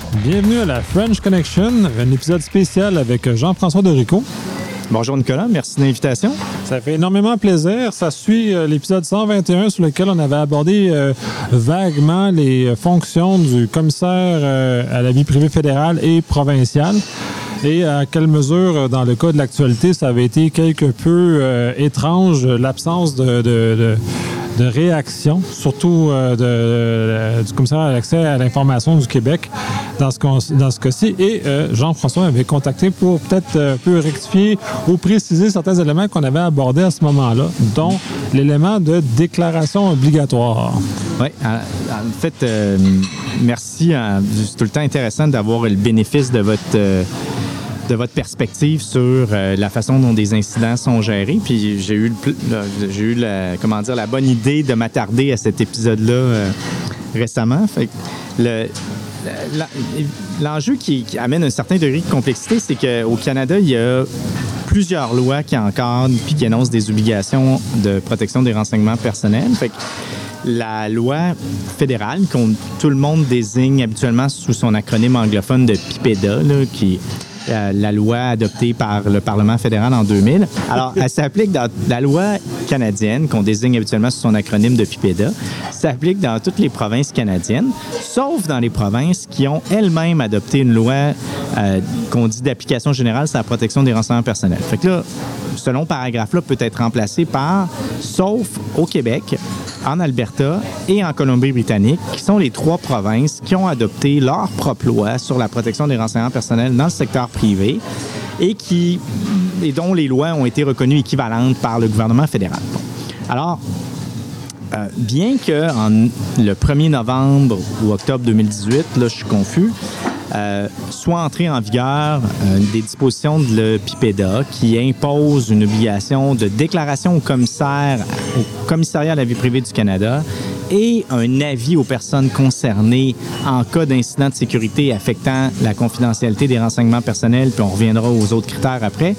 Bienvenue à la French Connection, un épisode spécial avec Jean-François Derico. Bonjour Nicolas, merci de l'invitation. Ça fait énormément plaisir. Ça suit l'épisode 121 sur lequel on avait abordé vaguement les fonctions du commissaire à la vie privée fédérale et provinciale. Et à quelle mesure, dans le cas de l'actualité, ça avait été quelque peu étrange, l'absence de réaction, surtout du commissaire à l'accès à l'information du Québec dans ce cas-ci. Et Jean-François m'avait contacté pour peut-être un peu rectifier ou préciser certains éléments qu'on avait abordés à ce moment-là, dont l'élément de déclaration obligatoire. Oui, en fait, merci. C'est tout le temps intéressant d'avoir le bénéfice de votre perspective sur la façon dont des incidents sont gérés. Puis j'ai eu la bonne idée de m'attarder à cet épisode-là récemment. Fait que l'enjeu qui amène un certain degré de complexité, c'est qu'au Canada, il y a plusieurs lois qui encadrent puis qui énoncent des obligations de protection des renseignements personnels. Fait que la loi fédérale, que tout le monde désigne habituellement sous son acronyme anglophone de PIPEDA, là, qui la loi adoptée par le Parlement fédéral en 2000. Alors, elle s'applique dans la loi canadienne, qu'on désigne habituellement sous son acronyme de PIPEDA, s'applique dans toutes les provinces canadiennes, sauf dans les provinces qui ont elles-mêmes adopté une loi qu'on dit d'application générale sur la protection des renseignements personnels. Fait que là, ce long paragraphe-là peut être remplacé par « sauf au Québec », en Alberta et en Colombie-Britannique, qui sont les trois provinces qui ont adopté leur propre loi sur la protection des renseignements personnels dans le secteur privé et dont les lois ont été reconnues équivalentes par le gouvernement fédéral. Bon. Alors, bien que le 1er novembre ou octobre 2018, là, je suis confus, soit entrée en vigueur des dispositions de le PIPEDA qui imposent une obligation de déclaration au commissariat à la vie privée du Canada et un avis aux personnes concernées en cas d'incident de sécurité affectant la confidentialité des renseignements personnels, puis on reviendra aux autres critères après.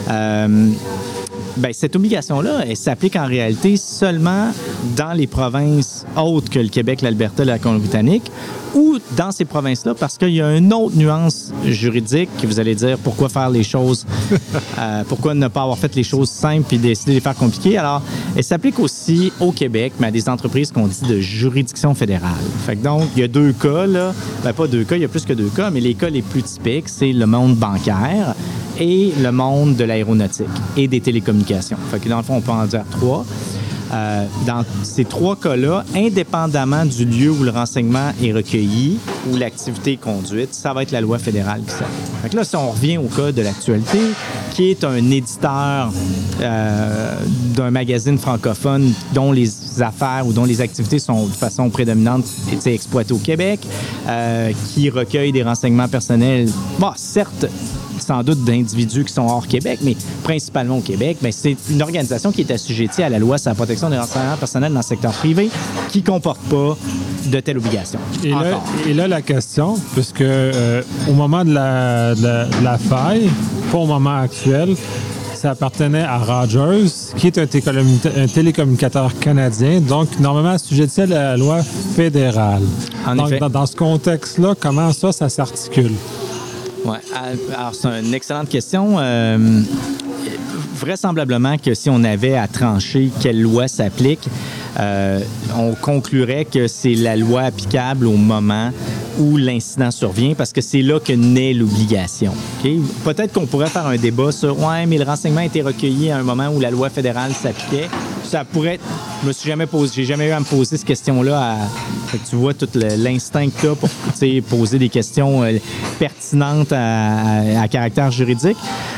Cette obligation-là, elle s'applique en réalité seulement dans les provinces autres que le Québec, l'Alberta et la Colombie-Britannique, ou dans ces provinces-là, parce qu'il y a une autre nuance juridique que vous allez dire pourquoi faire les choses, pourquoi ne pas avoir fait les choses simples et décider de les faire compliquées. Alors, elle s'applique aussi au Québec, mais à des entreprises qu'on dit de juridiction fédérale. Fait que donc, il y a deux cas, là. Pas deux cas, il y a plus que deux cas, mais les cas les plus typiques, c'est le monde bancaire et le monde de l'aéronautique et des télécommunications. Fait que dans le fond, on peut en dire trois. Dans ces trois cas-là, indépendamment du lieu où le renseignement est recueilli ou l'activité est conduite, ça va être la loi fédérale qui s'applique. Fait que là, si on revient au cas de l'actualité, qui est un éditeur d'un magazine francophone dont les affaires ou dont les activités sont de façon prédominante exploitées au Québec, qui recueille des renseignements personnels, certes, sans doute d'individus qui sont hors Québec, mais principalement au Québec, c'est une organisation qui est assujettie à la loi sur la protection des renseignements personnels dans le secteur privé qui ne comporte pas de telle obligation. Et là, la question, puisque au moment de la faille, pas au moment actuel, ça appartenait à Rogers, qui est un télécommunicateur canadien, donc normalement assujetti à la loi fédérale. Dans ce contexte-là, comment ça s'articule? Oui. Alors, c'est une excellente question. Vraisemblablement que si on avait à trancher quelle loi s'applique, on conclurait que c'est la loi applicable au moment où l'incident survient, parce que c'est là que naît l'obligation. Okay? Peut-être qu'on pourrait faire un débat sur « ouais, mais le renseignement a été recueilli à un moment où la loi fédérale s'appliquait ». Ça pourrait être... J'ai jamais eu à me poser cette question-là. Fait que tu vois tout l'instinct que tu as pour poser des questions pertinentes à caractère juridique.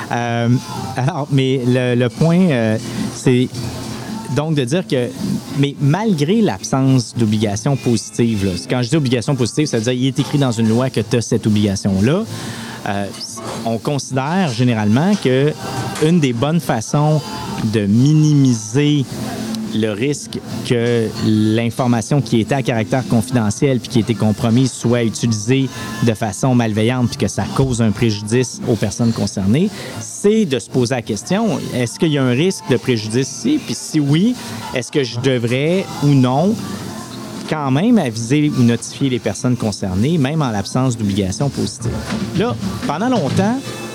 Mais le point, c'est donc de dire que, mais malgré l'absence d'obligation positive, là, quand je dis obligation positive, ça veut dire qu'il est écrit dans une loi que tu as cette obligation-là. On considère généralement que une des bonnes façons de minimiser le risque que l'information qui était à caractère confidentiel puis qui a été compromise soit utilisée de façon malveillante puis que ça cause un préjudice aux personnes concernées, c'est de se poser la question, est-ce qu'il y a un risque de préjudice ici? Puis si oui, est-ce que je devrais ou non quand même aviser ou notifier les personnes concernées, même en l'absence d'obligations positives. Là, pendant longtemps,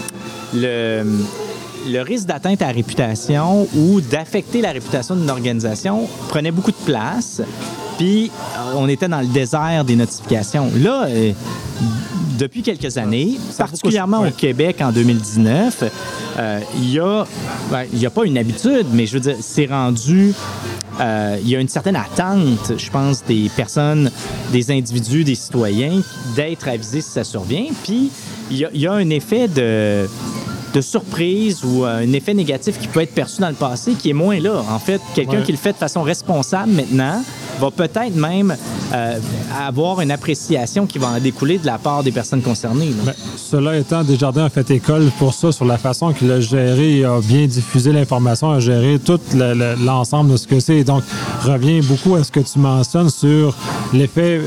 le risque d'atteinte à la réputation ou d'affecter la réputation d'une organisation prenait beaucoup de place, puis on était dans le désert des notifications. Là, depuis quelques années, particulièrement au Québec en 2019, il y a pas une habitude, mais je veux dire, c'est rendu... il y a une certaine attente, je pense, des personnes, des individus, des citoyens, d'être avisés si ça survient. Puis, il y a un effet de surprise ou un effet négatif qui peut être perçu dans le passé qui est moins là. En fait, quelqu'un qui le fait de façon responsable maintenant va peut-être même avoir une appréciation qui va en découler de la part des personnes concernées. Bien, cela étant, Desjardins a fait école pour ça, sur la façon qu'il a géré, a bien diffusé l'information, a géré tout l'ensemble de ce que c'est. Et donc, revient beaucoup à ce que tu mentionnes sur l'effet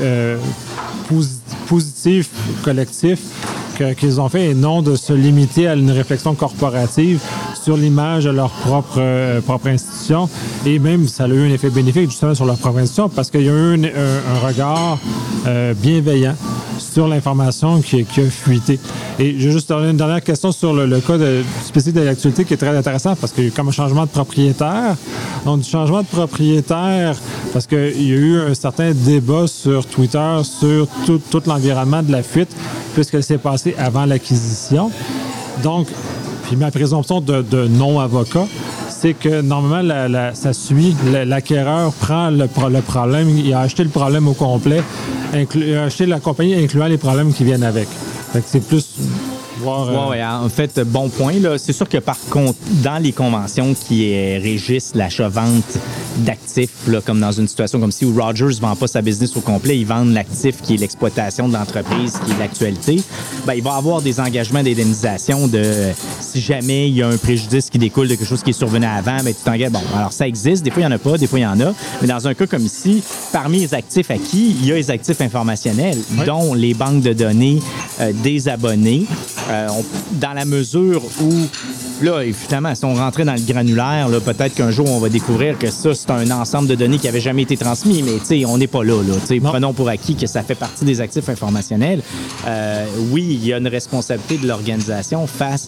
positif, collectif qu'ils ont fait et non de se limiter à une réflexion corporative sur l'image de leur propre institution. Et même, ça a eu un effet bénéfique justement sur leur propre institution parce qu'il y a eu un regard bienveillant sur l'information qui a fuité. Et j'ai juste une dernière question sur le cas spécifique de l'actualité qui est très intéressant parce qu'il y a eu comme un changement de propriétaire. Donc, du changement de propriétaire, parce qu'il y a eu un certain débat sur Twitter sur tout l'environnement de la fuite puisqu'elle s'est passée avant l'acquisition. Donc, puis ma présomption de non-avocat, c'est que normalement, ça suit. L'acquéreur prend le problème, il a acheté le problème au complet, il a acheté la compagnie incluant les problèmes qui viennent avec. Fait que c'est plus... Oui, en fait, bon point. Là. C'est sûr que par contre, dans les conventions qui régissent l'achat-vente d'actifs, là, comme dans une situation comme si où Rogers ne vend pas sa business au complet, ils vendent l'actif qui est l'exploitation de l'entreprise, qui est l'actualité, bien, il va y avoir des engagements d'indemnisation de si jamais il y a un préjudice qui découle de quelque chose qui est survenu avant, bien, tu t'engages. Bon, alors ça existe, des fois il n'y en a pas, des fois il y en a, mais dans un cas comme ici, parmi les actifs acquis, il y a les actifs informationnels, dont les banques de données des abonnés. Dans la mesure où, là, évidemment, si on rentrait dans le granulaire, là, peut-être qu'un jour, on va découvrir que ça, c'est un ensemble de données qui n'avait jamais été transmis, mais tu sais, on n'est pas là. Prenons pour acquis que ça fait partie des actifs informationnels. Oui, il y a une responsabilité de l'organisation face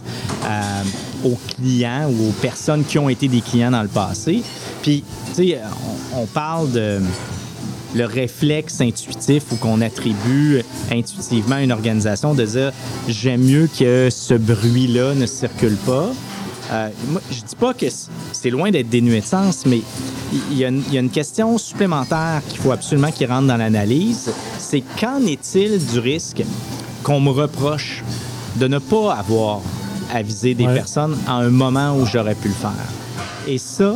aux clients ou aux personnes qui ont été des clients dans le passé. Puis, tu sais, on parle de... le réflexe intuitif ou qu'on attribue intuitivement à une organisation de dire « j'aime mieux que ce bruit-là ne circule pas ». Moi, je dis pas que c'est loin d'être dénué de sens, mais il y a une question supplémentaire qu'il faut absolument qu'il rentre dans l'analyse. C'est qu'en est-il du risque qu'on me reproche de ne pas avoir avisé des personnes à un moment où j'aurais pu le faire? Et ça...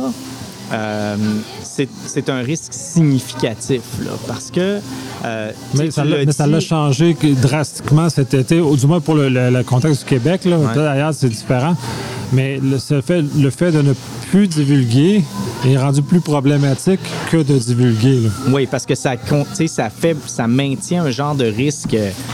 c'est un risque significatif, là, parce que... mais ça l'a changé drastiquement cet été, ou du moins pour le contexte du Québec. Là. D'ailleurs, c'est différent. Mais le fait de ne plus divulguer est rendu plus problématique que de divulguer. Là. Oui, parce que ça maintient un genre de risque...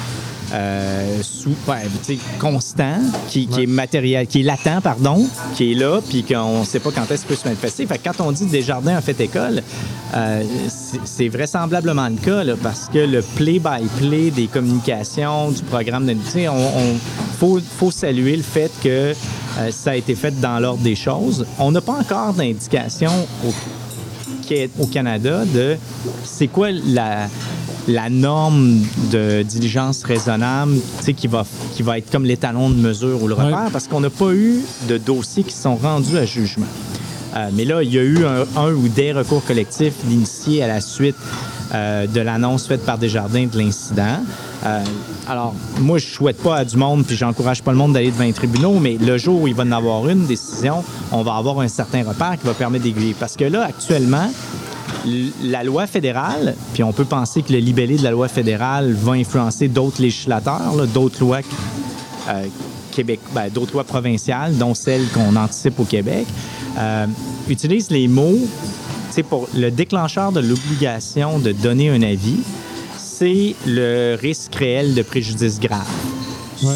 constant, qui est matériel, qui est latent, pardon, qui est là, puis qu'on ne sait pas quand est-ce qu'il peut se manifester. Fait que quand on dit Desjardins a fait école, c'est vraisemblablement le cas, là, parce que le play-by-play des communications, du programme de... faut saluer le fait que ça a été fait dans l'ordre des choses. On n'a pas encore d'indication au Canada de c'est quoi la norme de diligence raisonnable, qui va être comme l'étalon de mesure ou le repère, parce qu'on n'a pas eu de dossiers qui sont rendus à jugement. Mais là, il y a eu un ou des recours collectifs initiés à la suite de l'annonce faite par Desjardins de l'incident. Alors, moi, je ne souhaite pas à du monde, puis j'encourage pas le monde d'aller devant les tribunaux, mais le jour où il va en avoir une décision, on va avoir un certain repère qui va permettre d'aiguiller. Parce que là, actuellement, la loi fédérale, puis on peut penser que le libellé de la loi fédérale va influencer d'autres législateurs, là, d'autres lois d'autres lois provinciales, dont celles qu'on anticipe au Québec, utilise les mots, pour le déclencheur de l'obligation de donner un avis, c'est le risque réel de préjudice grave,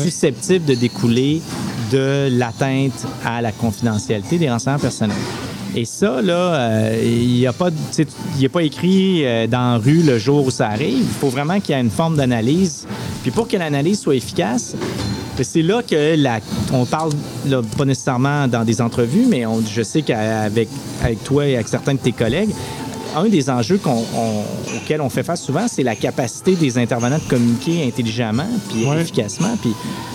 susceptible de découler de l'atteinte à la confidentialité des renseignements personnels. Et ça, là, il n'y a pas écrit dans la rue le jour où ça arrive. Il faut vraiment qu'il y ait une forme d'analyse. Puis pour que l'analyse soit efficace, c'est là que on parle, là, pas nécessairement dans des entrevues, mais je sais qu'avec toi et avec certains de tes collègues, un des enjeux auxquels on fait face souvent, c'est la capacité des intervenants de communiquer intelligemment puis efficacement. Puis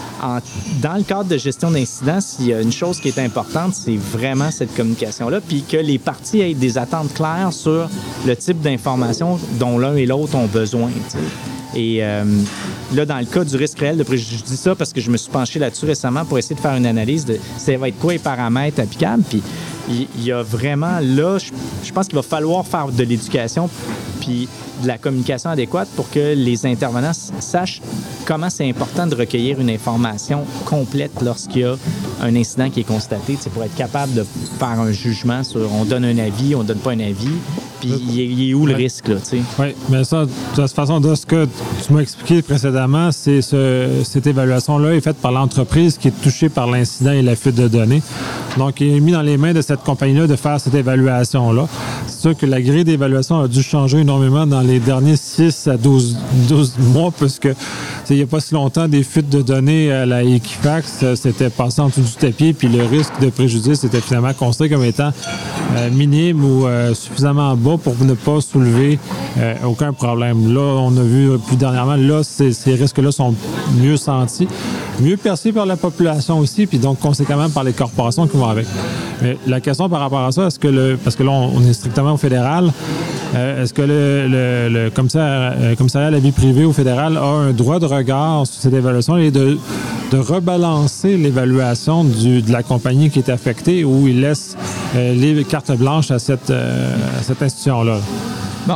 dans le cadre de gestion d'incidents, s'il y a une chose qui est importante, c'est vraiment cette communication-là, puis que les parties aient des attentes claires sur le type d'information dont l'un et l'autre ont besoin. T'sais. Et là, dans le cas du risque réel de préjudice, je dis ça parce que je me suis penché là-dessus récemment pour essayer de faire une analyse de ça va être quoi les paramètres applicables. Puis il y a vraiment là, je pense qu'il va falloir faire de l'éducation puis de la communication adéquate pour que les intervenants sachent comment c'est important de recueillir une information complète lorsqu'il y a un incident qui est constaté, pour être capable de faire un jugement sur on donne un avis, on donne pas un avis, puis il est où le risque, là, tu sais. Oui, mais ça, de toute façon, de ce que tu m'as expliqué précédemment, c'est cette évaluation-là est faite par l'entreprise qui est touchée par l'incident et la fuite de données. Donc, il est mis dans les mains de cette compagnie-là de faire cette évaluation-là. C'est sûr que la grille d'évaluation a dû changer énormément dans les derniers 6 à 12 mois, parce que il n'y a pas si longtemps, des fuites de données à la Equifax, c'était passé en dessous du tapis, puis le risque de préjudice était finalement considéré comme étant minime ou suffisamment bas pour ne pas soulever aucun problème. Là, on a vu plus dernièrement, là, ces risques-là sont mieux sentis, mieux perçus par la population aussi, puis donc conséquemment par les corporations qui vont avec. Mais la question par rapport à ça, parce que là, on est strictement au fédéral, est-ce que le commissariat à la vie privée au fédéral a un droit de regard sur cette évaluation et de rebalancer l'évaluation de la compagnie qui est affectée, ou il laisse les cartes blanches à cette institution-là? Bon,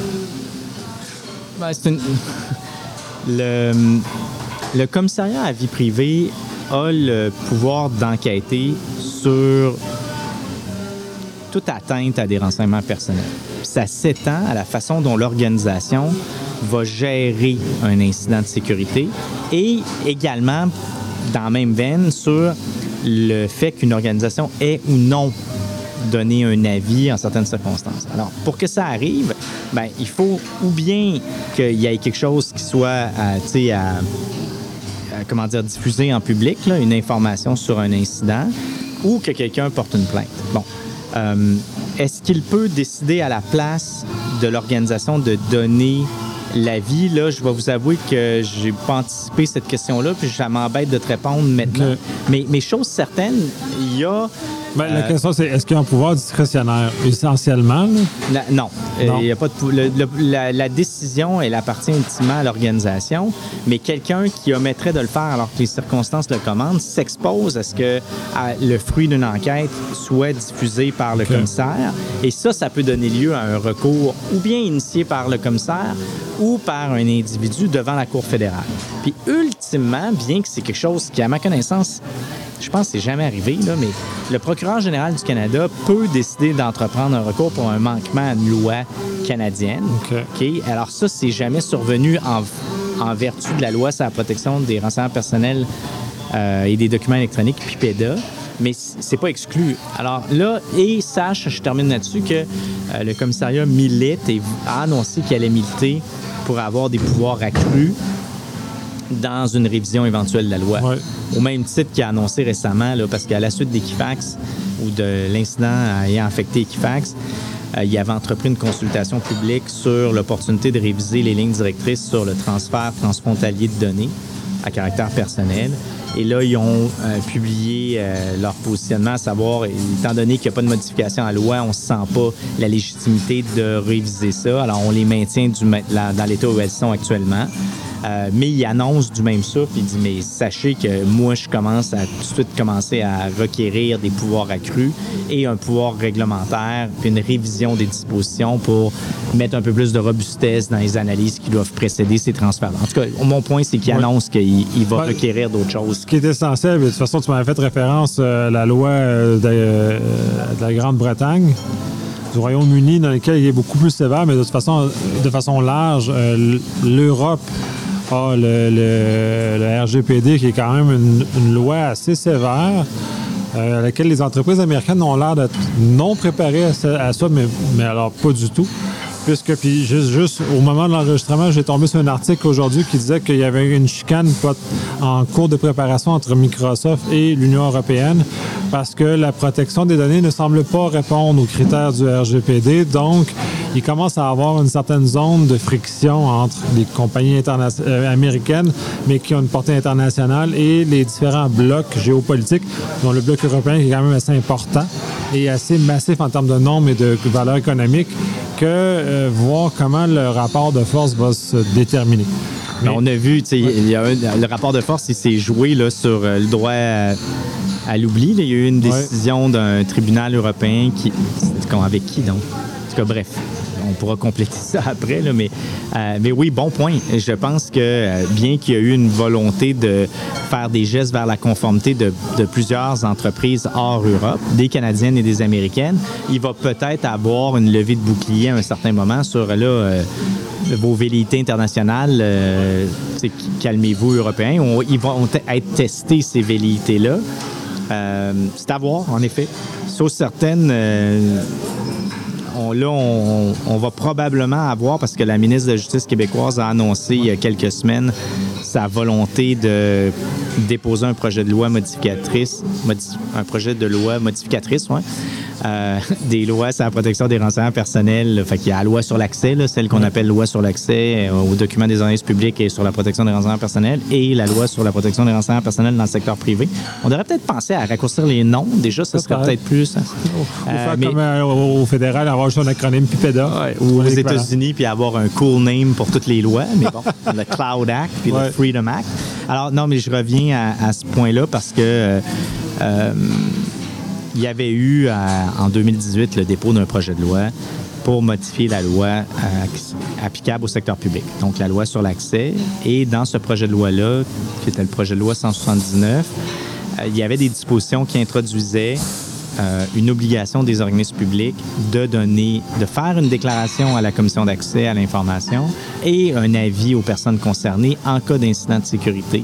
c'est le commissariat à vie privée a le pouvoir d'enquêter sur toute atteinte à des renseignements personnels. Ça s'étend à la façon dont l'organisation va gérer un incident de sécurité et également, dans la même veine, sur le fait qu'une organisation ait ou non donné un avis en certaines circonstances. Alors, pour que ça arrive, il faut ou bien qu'il y ait quelque chose qui soit diffusé en public, là, une information sur un incident, ou que quelqu'un porte une plainte. Bon. Est-ce qu'il peut décider à la place de l'organisation de donner l'avis? Là, je vais vous avouer que j'ai pas anticipé cette question-là, puis ça m'embête de te répondre maintenant. Mais chose certaine, il y a... la question, c'est est-ce qu'il y a un pouvoir discrétionnaire, essentiellement? Non. Il y a pas de la décision, elle appartient intimement à l'organisation, mais quelqu'un qui omettrait de le faire alors que les circonstances le commandent s'expose à ce que le fruit d'une enquête soit diffusé par le commissaire. Et ça peut donner lieu à un recours ou bien initié par le commissaire ou par un individu devant la Cour fédérale. Puis ultimement, bien que c'est quelque chose qui, à ma connaissance, je pense que c'est jamais arrivé, là, mais le procureur général du Canada peut décider d'entreprendre un recours pour un manquement à une loi canadienne. OK. Alors ça, c'est jamais survenu en vertu de la loi sur la protection des renseignements personnels et des documents électroniques, PIPEDA, mais c'est pas exclu. Alors là, et sache, je termine là-dessus, que le commissariat milite et a annoncé qu'il allait militer pour avoir des pouvoirs accrus dans une révision éventuelle de la loi. Ouais. Au même titre qu'il a annoncé récemment, là, parce qu'à la suite d'Equifax ou de l'incident ayant affecté Equifax, il avait entrepris une consultation publique sur l'opportunité de réviser les lignes directrices sur le transfert transfrontalier de données à caractère personnel. Et là, ils ont publié leur positionnement, à savoir, étant donné qu'il n'y a pas de modification à la loi, on ne se sent pas la légitimité de réviser ça. Alors, on les maintient dans l'état où elles sont actuellement. Mais il annonce du même souffle, il dit, mais sachez que moi, je commence à tout de suite commencer à requérir des pouvoirs accrus et un pouvoir réglementaire, puis une révision des dispositions pour mettre un peu plus de robustesse dans les analyses qui doivent précéder ces transferts. En tout cas, mon point, c'est qu'il annonce qu'il va requérir d'autres choses. Ce qui est essentiel, de toute façon, tu m'avais fait référence à la loi de la Grande-Bretagne, du Royaume-Uni, dans lequel il est beaucoup plus sévère, mais de façon large, l'Europe le RGPD, qui est quand même une loi assez sévère, à laquelle les entreprises américaines ont l'air d'être non préparées à ça, mais alors pas du tout. Puisque, puis juste au moment de l'enregistrement, j'ai tombé sur un article aujourd'hui qui disait qu'il y avait une chicane en cours de préparation entre Microsoft et l'Union européenne parce que la protection des données ne semble pas répondre aux critères du RGPD. Donc, il commence à avoir une certaine zone de friction entre les compagnies américaines, mais qui ont une portée internationale, et les différents blocs géopolitiques, dont le bloc européen qui est quand même assez important et assez massif en termes de nombre et de valeur économique, que voir comment le rapport de force va se déterminer. Mais on a vu, le rapport de force, il s'est joué là, sur le droit à l'oubli. Il y a eu une décision d'un tribunal européen qui... Avec qui, donc? En tout cas, bref. On pourra compléter ça après, là, mais oui, bon point. Je pense que bien qu'il y a eu une volonté de faire des gestes vers la conformité de plusieurs entreprises hors Europe, des Canadiennes et des Américaines, il va peut-être avoir une levée de bouclier à un certain moment sur vos velléités internationales. Calmez-vous, Européens. Ils vont être testés, ces velléités-là. C'est à voir, en effet. Sauf certaines... on va probablement avoir, parce que la ministre de la Justice québécoise a annoncé il y a quelques semaines sa volonté de déposer un projet de loi modificatrice, des lois sur la protection des renseignements personnels. Fait qu'il y a la loi sur l'accès, là, celle qu'on appelle loi sur l'accès aux documents des organismes publics et sur la protection des renseignements personnels, et la loi sur la protection des renseignements personnels dans le secteur privé. On devrait peut-être penser à raccourcir les noms. Déjà, ça serait peut-être plus... comme au fédéral, avoir juste un acronyme PIPEDA. Ou aux États-Unis, puis avoir un cool name pour toutes les lois. Mais bon, le Cloud Act, puis le Freedom Act. Alors, non, mais je reviens à ce point-là parce que... il y avait eu en 2018 le dépôt d'un projet de loi pour modifier la loi applicable au secteur public, donc la loi sur l'accès. Et dans ce projet de loi-là, qui était le projet de loi 179, il y avait des dispositions qui introduisaient une obligation des organismes publics de faire une déclaration à la Commission d'accès à l'information et un avis aux personnes concernées en cas d'incident de sécurité.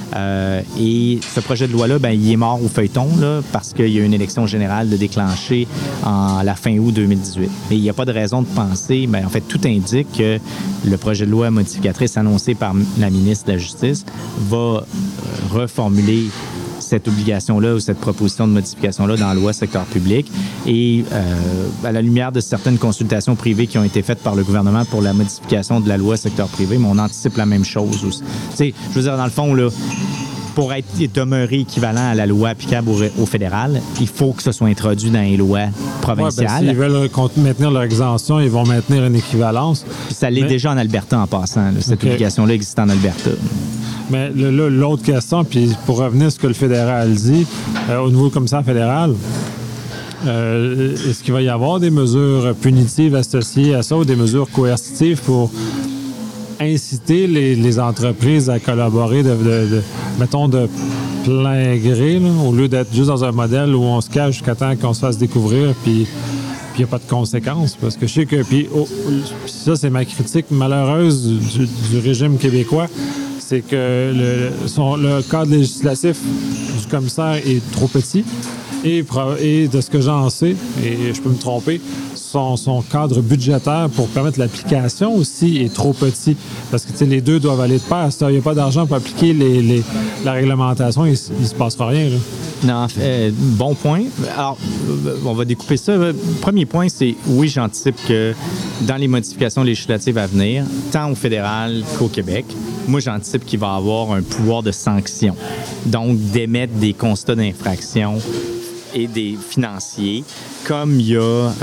Et ce projet de loi-là, il est mort au feuilleton là, parce qu'il y a une élection générale de déclencher à la fin août 2018. Mais il n'y a pas de raison de penser, en fait, tout indique que le projet de loi modificatrice annoncé par la ministre de la Justice va reformuler cette obligation-là ou cette proposition de modification-là dans la loi secteur public. Et à la lumière de certaines consultations privées qui ont été faites par le gouvernement pour la modification de la loi secteur privé, mais on anticipe la même chose aussi. Je veux dire, dans le fond, là, pour être demeuré équivalent à la loi applicable au fédéral, il faut que ce soit introduit dans les lois provinciales. S'ils veulent maintenir leur exemption, ils vont maintenir une équivalence. Ça l'est déjà en Alberta en passant. Là, cette obligation-là existe en Alberta. Mais l'autre question, puis pour revenir à ce que le fédéral dit, au niveau du commissaire fédéral, est-ce qu'il va y avoir des mesures punitives associées à ça ou des mesures coercitives pour inciter les entreprises à collaborer mettons, de plein gré, là, au lieu d'être juste dans un modèle où on se cache jusqu'à temps qu'on se fasse découvrir, puis il n'y a pas de conséquences? Parce que je sais que... Puis ça, c'est ma critique malheureuse du régime québécois. C'est que le cadre législatif du commissaire est trop petit et de ce que j'en sais, et je peux me tromper, son cadre budgétaire pour permettre l'application aussi est trop petit. Parce que les deux doivent aller de pair. Si il n'y a pas d'argent pour appliquer la réglementation, il ne se passera rien. Là. Non, bon point. Alors, on va découper ça. Premier point, c'est oui, j'anticipe que dans les modifications législatives à venir, tant au fédéral qu'au Québec, moi, j'anticipe qu'il va y avoir un pouvoir de sanction. Donc, d'émettre des constats d'infraction et des financiers, comme il y a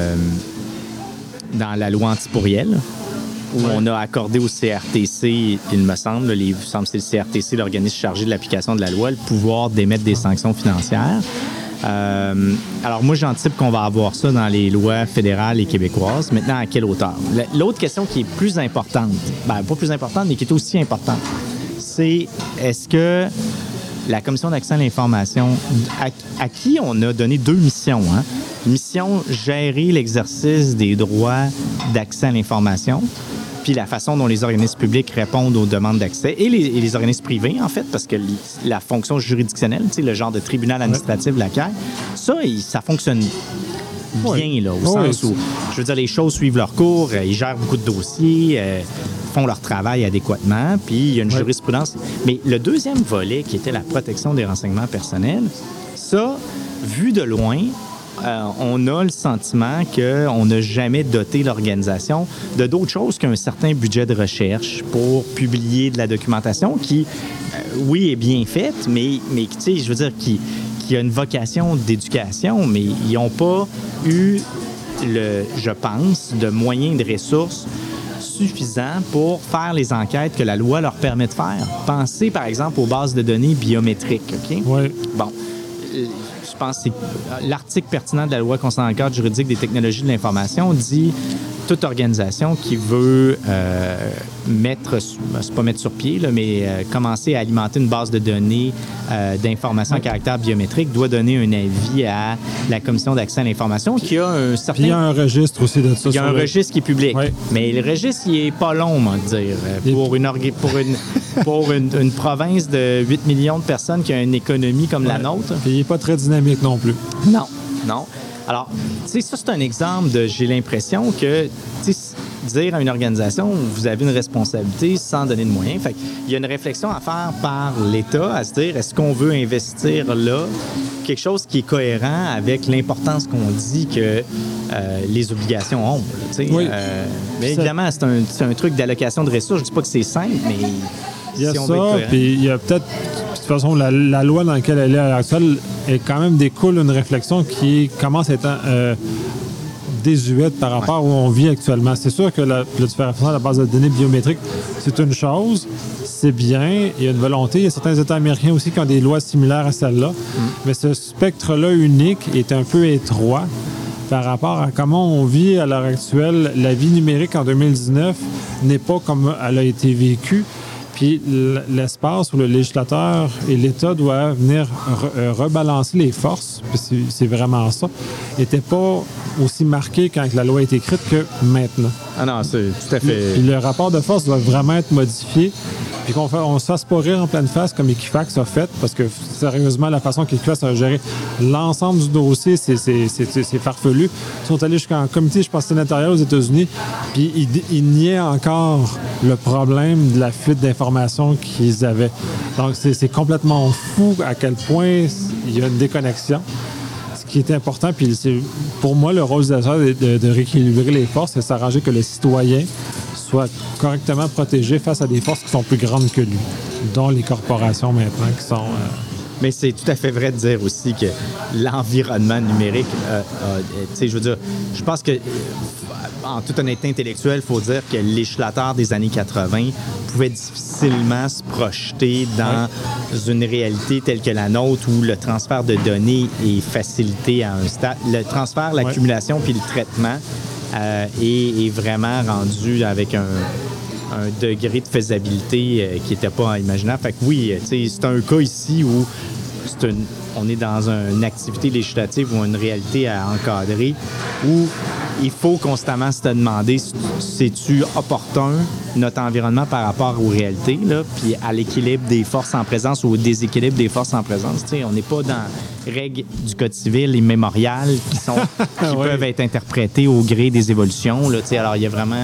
dans la loi anti-pourriel, où on a accordé au CRTC, il me semble, c'est le CRTC, l'organisme chargé de l'application de la loi, le pouvoir d'émettre des sanctions financières. Alors, moi, j'anticipe qu'on va avoir ça dans les lois fédérales et québécoises. Maintenant, à quelle hauteur? L'autre question qui est plus importante, pas plus importante, mais qui est aussi importante, c'est est-ce que la Commission d'accès à l'information, à qui on a donné 2 missions, Mission, gérer l'exercice des droits d'accès à l'information puis la façon dont les organismes publics répondent aux demandes d'accès, et les organismes privés, en fait, parce que la fonction juridictionnelle, tu sais, le genre de tribunal administratif de la CAQ, ça fonctionne bien, là, au sens où, je veux dire, les choses suivent leur cours, ils gèrent beaucoup de dossiers, font leur travail adéquatement, puis il y a une jurisprudence. Mais le deuxième volet, qui était la protection des renseignements personnels, ça, vu de loin, on a le sentiment qu'on n'a jamais doté l'organisation de d'autres choses qu'un certain budget de recherche pour publier de la documentation qui, oui, est bien faite, mais tu sais, je veux dire, qui a une vocation d'éducation, mais ils n'ont pas eu, je pense, de moyens de ressources suffisants pour faire les enquêtes que la loi leur permet de faire. Pensez, par exemple, aux bases de données biométriques, OK? Oui. Bon. Je pense que c'est l'article pertinent de la loi concernant le cadre juridique des technologies de l'information dit toute organisation qui veut c'est pas mettre sur pied, là, mais commencer à alimenter une base de données d'informations à caractère biométrique doit donner un avis à la Commission d'accès à l'information qui a un certain... Puis il y a un registre aussi de ça. Il y a un registre qui est public. Oui. Mais le registre, il est pas long, on va dire. Pour une province de 8 millions de personnes qui a une économie comme la nôtre. Puis il n'est pas très dynamique non plus. Non. Alors, tu sais, ça, c'est un exemple de... J'ai l'impression que, tu sais, dire à une organisation, vous avez une responsabilité sans donner de moyens. Fait qu'il y a une réflexion à faire par l'État, à se dire, est-ce qu'on veut investir là quelque chose qui est cohérent avec l'importance qu'on dit que les obligations ont. Là, oui. Mais évidemment, c'est un truc d'allocation de ressources. Je dis pas que c'est simple, mais... Il y a ça, puis il y a peut-être... De toute façon, la loi dans laquelle elle est à l'heure actuelle est quand même découle une réflexion qui commence à être désuète par rapport à où on vit actuellement. C'est sûr que le différenciation de la base de données biométrique, c'est une chose, c'est bien, il y a une volonté. Il y a certains États américains aussi qui ont des lois similaires à celle-là, mais ce spectre-là unique est un peu étroit par rapport à comment on vit à l'heure actuelle. La vie numérique en 2019 n'est pas comme elle a été vécue. Puis l'espace où le législateur et l'État doivent venir rebalancer les forces, puis c'est vraiment ça, n'était pas aussi marqué quand la loi a été écrite que maintenant. Ah non, c'est tout à fait... Puis le rapport de force doit vraiment être modifié, puis qu'on se fasse pas rire en pleine face comme Equifax a fait, parce que sérieusement, la façon qu'Equifax a géré l'ensemble du dossier, c'est farfelu. Ils sont allés jusqu'en comité, je pense, sénatorial aux États-Unis, puis ils niaient encore le problème de la fuite d'informations qu'ils avaient. Donc, c'est complètement fou à quel point il y a une déconnexion. Ce qui est important, puis c'est pour moi, le rôle des acteurs de rééquilibrer les forces, c'est s'arranger que le citoyen soit correctement protégé face à des forces qui sont plus grandes que lui, dont les corporations maintenant qui sont... Mais c'est tout à fait vrai de dire aussi que l'environnement numérique, tu sais, je veux dire, je pense que, en toute honnêteté intellectuelle, il faut dire que le législateur des années 80 pouvait difficilement se projeter dans une réalité telle que la nôtre où le transfert de données est facilité à un stade. Le transfert, l'accumulation puis le traitement est vraiment rendu avec un degré de faisabilité qui n'était pas imaginable. Fait que oui, c'est un cas ici où on est dans une activité législative ou une réalité à encadrer où il faut constamment se demander c'est-tu opportun, notre environnement par rapport aux réalités, là, puis à l'équilibre des forces en présence ou au déséquilibre des forces en présence. T'sais, on n'est pas dans règles du Code civil immémoriales qui peuvent être interprétées au gré des évolutions. Là, alors, il y a vraiment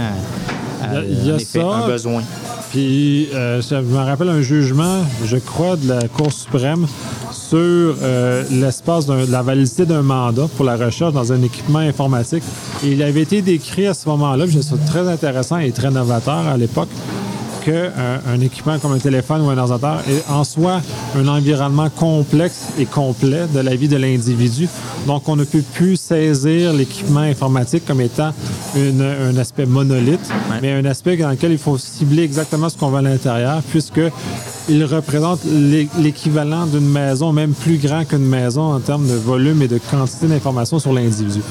un besoin. Puis, je me rappelle un jugement, je crois, de la Cour suprême sur l'espace de la validité d'un mandat pour la recherche dans un équipement informatique. Et il avait été décrit à ce moment-là, puis je trouve ça très intéressant et très novateur à l'époque, qu'un équipement comme un téléphone ou un ordinateur est en soi un environnement complexe et complet de la vie de l'individu. Donc, on ne peut plus saisir l'équipement informatique comme étant un aspect monolithe, mais un aspect dans lequel il faut cibler exactement ce qu'on veut à l'intérieur, puisqu'il représente l'équivalent d'une maison, même plus grand qu'une maison en termes de volume et de quantité d'informations sur l'individu.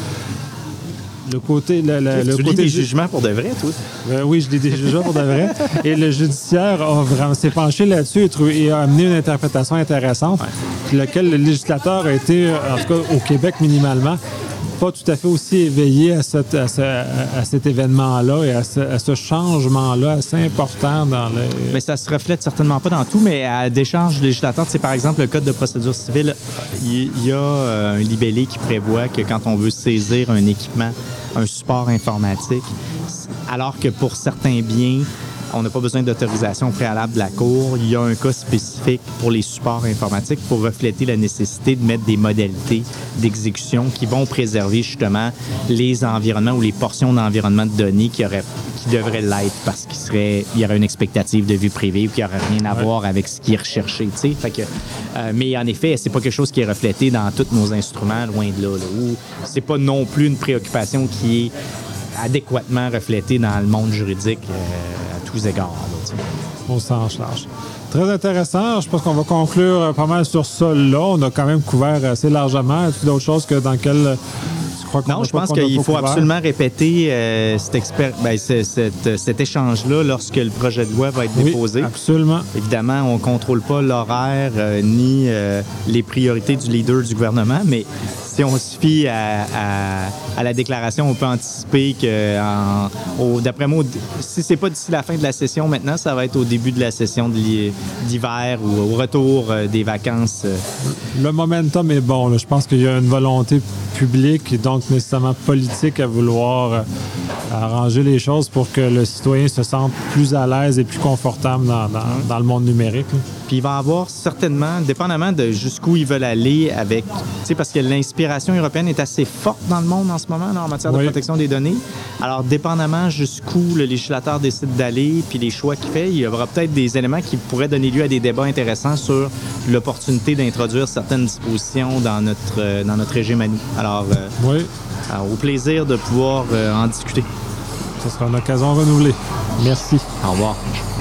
Le côté des jugements pour de vrai, toi? Oui, je lis des jugements pour de vrai. Et le judiciaire s'est penché là-dessus et a amené une interprétation intéressante, laquelle le législateur a été, en tout cas au Québec minimalement, pas tout à fait aussi éveillés à cet événement-là et à ce changement-là assez important dans les... Mais ça se reflète certainement pas dans tout, mais à décharge législateur, c'est par exemple le Code de procédure civile, il y a un libellé qui prévoit que quand on veut saisir un équipement, un support informatique, alors que pour certains biens, on n'a pas besoin d'autorisation préalable de la Cour. Il y a un cas spécifique pour les supports informatiques pour refléter la nécessité de mettre des modalités d'exécution qui vont préserver justement les environnements ou les portions d'environnement de données qui devraient l'être parce qu'il y aurait une expectative de vie privée ou qui n'aurait rien à voir avec ce qui est recherché. Fait que, mais en effet, c'est pas quelque chose qui est reflété dans tous nos instruments, loin de là. Ou c'est pas non plus une préoccupation qui est adéquatement reflétée dans le monde juridique à tous égards. Au sens large. Très intéressant. Je pense qu'on va conclure pas mal sur ça là. On a quand même couvert assez largement. Est-ce d'autres choses que dans lesquelles tu crois qu'on Non, je pense qu'il faut absolument répéter cet échange-là lorsque le projet de loi va être déposé. Absolument. Évidemment, on ne contrôle pas l'horaire ni les priorités du leader du gouvernement, mais si on se fie à la déclaration, on peut anticiper que, d'après moi, si c'est pas d'ici la fin de la session maintenant, ça va être au début de la session d'hiver ou au retour des vacances. Le momentum est bon. Là. Je pense qu'il y a une volonté publique et donc nécessairement politique à vouloir arranger les choses pour que le citoyen se sente plus à l'aise et plus confortable dans le monde numérique. Là. Puis il va y avoir certainement, dépendamment de jusqu'où ils veulent aller avec... Tu sais, parce que l'inspiration européenne est assez forte dans le monde en ce moment là, en matière de protection des données. Alors, dépendamment jusqu'où le législateur décide d'aller puis les choix qu'il fait, il y aura peut-être des éléments qui pourraient donner lieu à des débats intéressants sur l'opportunité d'introduire certaines dispositions dans notre régime à nous. Alors, au plaisir de pouvoir en discuter. Ce sera une occasion renouvelée. Merci. Au revoir.